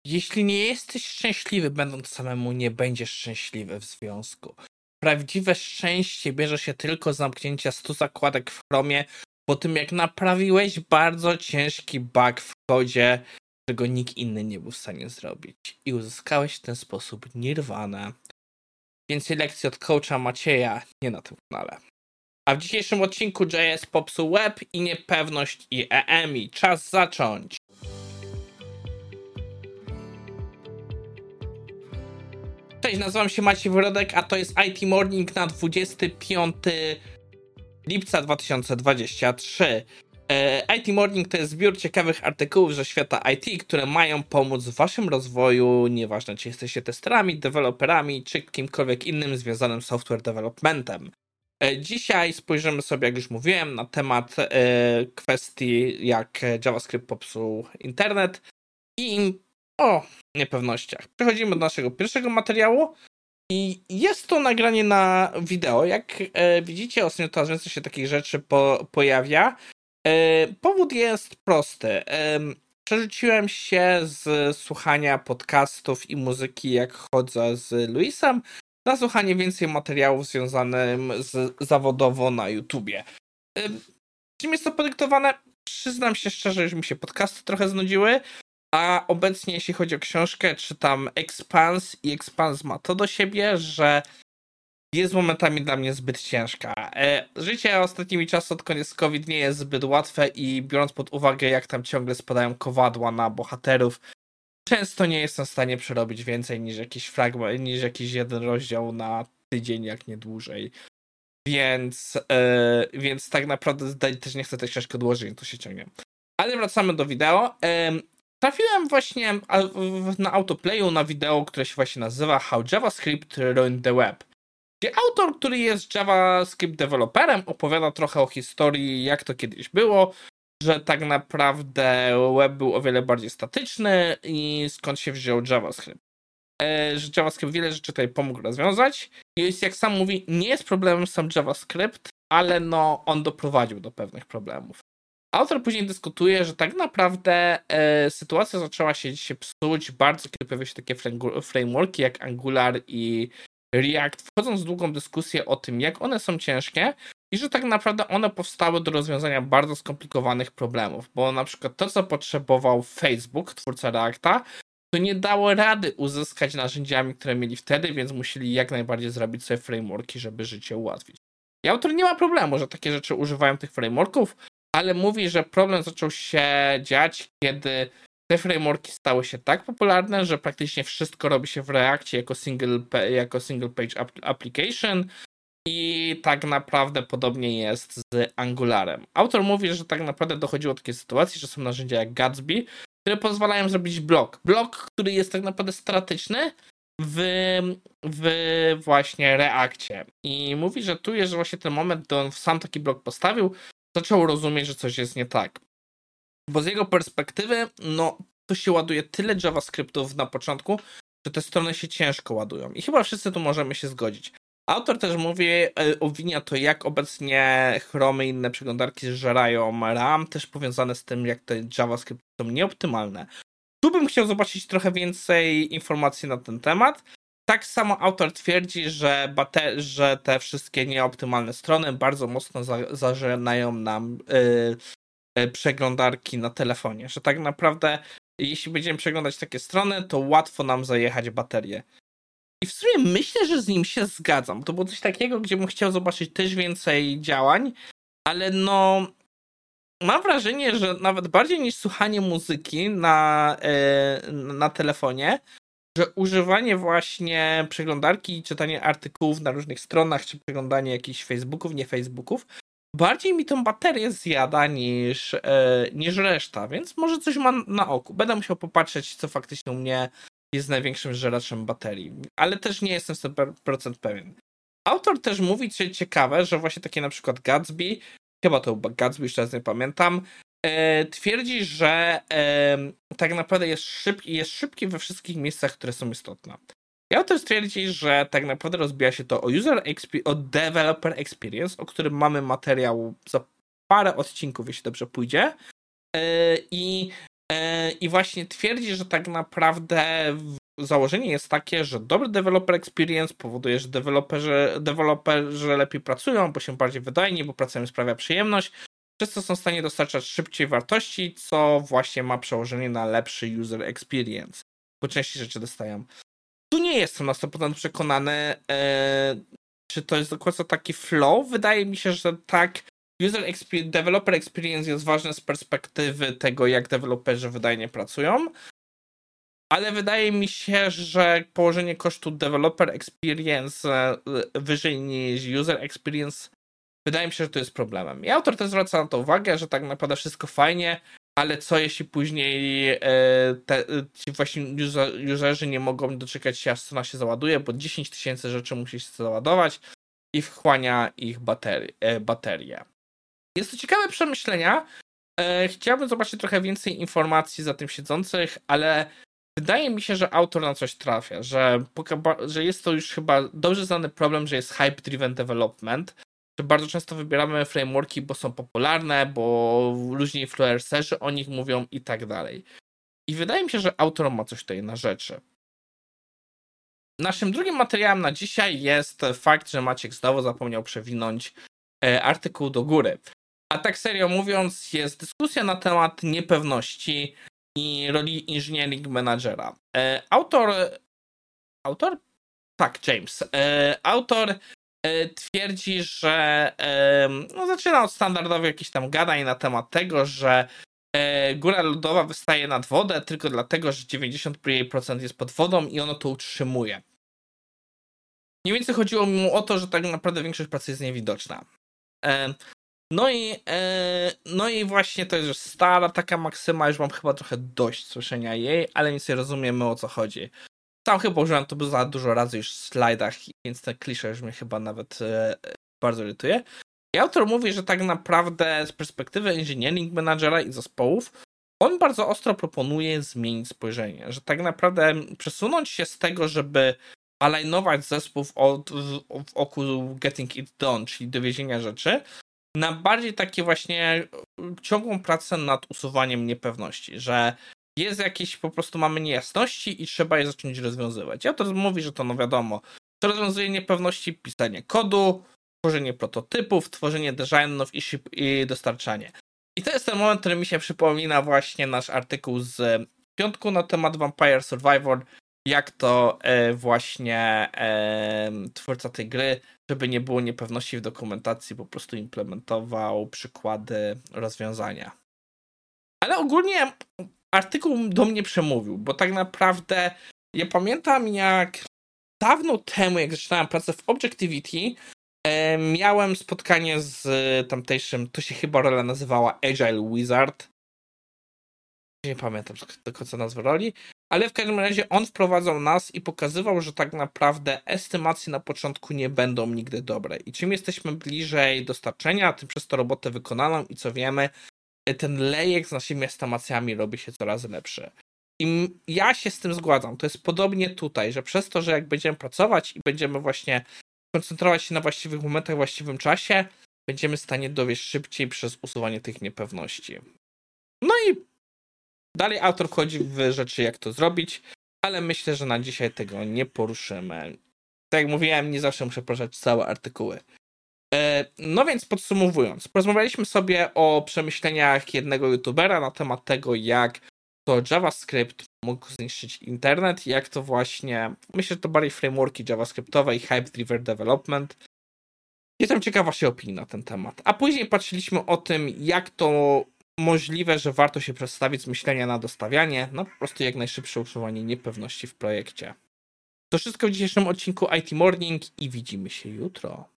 Jeśli nie jesteś szczęśliwy, będąc samemu, nie będziesz szczęśliwy w związku. Prawdziwe szczęście bierze się tylko z zamknięcia 100 zakładek w Chromie po tym, jak naprawiłeś bardzo ciężki bug w kodzie, którego nikt inny nie był w stanie zrobić. I uzyskałeś w ten sposób nirwanę. Więcej lekcji od coacha Macieja nie na tym kanale. A w dzisiejszym odcinku JS popsuł web i niepewność i EMI. Czas zacząć! Cześć, nazywam się Maciej Wrodek, a to jest IT Morning na 25 lipca 2023. IT Morning to jest zbiór ciekawych artykułów ze świata IT, które mają pomóc w waszym rozwoju, nieważne czy jesteście testerami, deweloperami, czy kimkolwiek innym związanym z software developmentem. Dzisiaj spojrzymy sobie, jak już mówiłem, na temat kwestii, jak JavaScript popsuł internet i o niepewnościach. Przechodzimy do naszego pierwszego materiału i jest to nagranie na wideo. Jak widzicie, ostatnio coraz więcej się takich rzeczy pojawia. Powód jest prosty. Przerzuciłem się z słuchania podcastów i muzyki, jak chodzę z Luisem, na słuchanie więcej materiałów związanym zawodowo na YouTubie. Czym jest to podyktowane? Przyznam się szczerze, że mi się podcasty trochę znudziły, a obecnie jeśli chodzi o książkę, czytam Expanse i Expanse ma to do siebie, że jest momentami dla mnie zbyt ciężka. Życie ostatnimi czasy od koniec COVID nie jest zbyt łatwe i biorąc pod uwagę, jak tam ciągle spadają kowadła na bohaterów, często nie jestem w stanie przerobić więcej niż jakiś fragment, niż jakiś jeden rozdział na tydzień, jak nie dłużej. Więc tak naprawdę też nie chcę tej książki odłożyć, to się ciągnie. Ale wracamy do wideo. Trafiłem właśnie na autoplayu na wideo, które się właśnie nazywa How JavaScript Ruined the Web. Gdzie autor, który jest JavaScript deweloperem, opowiada trochę o historii, jak to kiedyś było, że tak naprawdę web był o wiele bardziej statyczny i skąd się wziął JavaScript. Że JavaScript wiele rzeczy tutaj pomógł rozwiązać. Jest, jak sam mówi, nie jest problemem sam JavaScript, ale on doprowadził do pewnych problemów. Autor później dyskutuje, że tak naprawdę sytuacja zaczęła się psuć bardzo, kiedy pojawiły się takie frameworki jak Angular i React, wchodząc w długą dyskusję o tym, jak one są ciężkie i że tak naprawdę one powstały do rozwiązania bardzo skomplikowanych problemów, bo na przykład to, co potrzebował Facebook, twórca Reacta, to nie dało rady uzyskać narzędziami, które mieli wtedy, więc musieli jak najbardziej zrobić sobie frameworki, żeby życie ułatwić. I autor nie ma problemu, że takie rzeczy używają tych frameworków, ale mówi, że problem zaczął się dziać, kiedy te frameworki stały się tak popularne, że praktycznie wszystko robi się w Reactie jako single page application i tak naprawdę podobnie jest z Angularem. Autor mówi, że tak naprawdę dochodziło do takiej sytuacji, że są narzędzia jak Gatsby, które pozwalają zrobić blok. Blok, który jest tak naprawdę statyczny w właśnie Reactie. I mówi, że tu jest właśnie ten moment, gdy on sam taki blok postawił, zaczął rozumieć, że coś jest nie tak. Bo z jego perspektywy, to się ładuje tyle JavaScriptów na początku, że te strony się ciężko ładują. I chyba wszyscy tu możemy się zgodzić. Autor też mówi, obwinia to, jak obecnie Chrome i inne przeglądarki zżerają RAM, też powiązane z tym, jak te JavaScripty są nieoptymalne. Tu bym chciał zobaczyć trochę więcej informacji na ten temat. Tak samo autor twierdzi, że te wszystkie nieoptymalne strony bardzo mocno zażerają nam przeglądarki na telefonie. Że tak naprawdę, jeśli będziemy przeglądać takie strony, to łatwo nam zajechać baterię. I w sumie myślę, że z nim się zgadzam. To było coś takiego, gdzie bym chciał zobaczyć też więcej działań, ale mam wrażenie, że nawet bardziej niż słuchanie muzyki na telefonie, że używanie właśnie przeglądarki i czytanie artykułów na różnych stronach, czy przeglądanie jakichś Facebooków, nie Facebooków, bardziej mi tą baterię zjada niż reszta, więc może coś mam na oku. Będę musiał popatrzeć, co faktycznie u mnie jest największym żeraczem baterii, ale też nie jestem 100% pewien. Autor też mówi, co ciekawe, że właśnie takie na przykład Gatsby, chyba to był Gatsby, już teraz nie pamiętam, twierdzi, że tak naprawdę jest szybki we wszystkich miejscach, które są istotne. I autor twierdzi, że tak naprawdę rozbija się to o developer experience, o którym mamy materiał za parę odcinków, jeśli dobrze pójdzie. I I właśnie twierdzi, że tak naprawdę założenie jest takie, że dobry developer experience powoduje, że deweloperzy lepiej pracują, bo się bardziej wydajni, bo praca im sprawia przyjemność, przez co są w stanie dostarczać szybciej wartości, co właśnie ma przełożenie na lepszy user experience, bo częściej rzeczy dostają. Tu nie jestem na 100% przekonany, czy to jest do końca taki flow. Wydaje mi się, że tak, developer experience jest ważny z perspektywy tego, jak deweloperzy wydajnie pracują, ale wydaje mi się, że położenie kosztu developer experience wyżej niż user experience, wydaje mi się, że to jest problemem. I autor też zwraca na to uwagę, że tak naprawdę wszystko fajnie, ale co jeśli później ci właśnie userzy nie mogą doczekać się, aż strona się załaduje, bo 10 000 rzeczy musi się załadować i wchłania ich baterie. Jest to ciekawe przemyślenia. Chciałbym zobaczyć trochę więcej informacji za tym siedzących, ale wydaje mi się, że autor na coś trafia, że jest to już chyba dobrze znany problem, że jest hype-driven development, że bardzo często wybieramy frameworki, bo są popularne, bo luźni influencerzy o nich mówią i tak dalej. I wydaje mi się, że autor ma coś tutaj na rzeczy. Naszym drugim materiałem na dzisiaj jest fakt, że Maciek znowu zapomniał przewinąć artykuł do góry. A tak serio mówiąc, jest dyskusja na temat niepewności i roli engineering managera. Autor? Tak, James. Autor twierdzi, że zaczyna od standardowych jakichś tam gadań na temat tego, że góra lodowa wystaje nad wodę tylko dlatego, że 90% jest pod wodą i ono to utrzymuje. Mniej więcej chodziło mu o to, że tak naprawdę większość pracy jest niewidoczna. No i właśnie to jest już stara taka maksyma, już mam chyba trochę dość słyszenia jej, ale nic nie rozumiemy, o co chodzi. Sam chyba użyłem to za dużo razy już w slajdach, więc ten klisze już mnie chyba nawet bardzo irytuje. I autor mówi, że tak naprawdę z perspektywy engineering managera i zespołów on bardzo ostro proponuje zmienić spojrzenie, że tak naprawdę przesunąć się z tego, żeby alignować zespół wokół getting it done, czyli dowiezienia rzeczy, na bardziej takie właśnie ciągłą pracę nad usuwaniem niepewności, że jest jakieś, po prostu mamy niejasności i trzeba je zacząć rozwiązywać. Autor mówi, że to no wiadomo, to rozwiązuje niepewności, pisanie kodu, tworzenie prototypów, tworzenie designów i dostarczanie. I to jest ten moment, który mi się przypomina właśnie nasz artykuł z piątku na temat Vampire Survivor, jak to właśnie twórca tej gry, żeby nie było niepewności w dokumentacji, po prostu implementował przykłady rozwiązania. Ale ogólnie artykuł do mnie przemówił, bo tak naprawdę ja pamiętam, jak dawno temu, jak zaczynałem pracę w Objectivity, miałem spotkanie z tamtejszym, to się chyba rola nazywała Agile Wizard. Nie pamiętam do końca nazwy roli, ale w każdym razie on wprowadzał nas i pokazywał, że tak naprawdę estymacje na początku nie będą nigdy dobre. I czym jesteśmy bliżej dostarczenia, tym przez to robotę wykonaną i co wiemy, ten lejek z naszymi estymacjami robi się coraz lepszy. I ja się z tym zgadzam. To jest podobnie tutaj, że przez to, że jak będziemy pracować i będziemy właśnie koncentrować się na właściwych momentach, w właściwym czasie, będziemy w stanie dowieść szybciej przez usuwanie tych niepewności. No i dalej autor wchodzi w rzeczy, jak to zrobić, ale myślę, że na dzisiaj tego nie poruszymy. Tak jak mówiłem, nie zawsze muszę poruszać całe artykuły. No więc podsumowując, porozmawialiśmy sobie o przemyśleniach jednego youtubera na temat tego, jak to JavaScript mógł zniszczyć internet, jak to właśnie, myślę, że to bardziej frameworki JavaScriptowe i hype-driven development. Jestem ciekawa waszej opinii na ten temat. A później patrzyliśmy o tym, jak to możliwe, że warto się przestawić z myślenia na dostawianie, no po prostu jak najszybsze usuwanie niepewności w projekcie. To wszystko w dzisiejszym odcinku IT Morning i widzimy się jutro.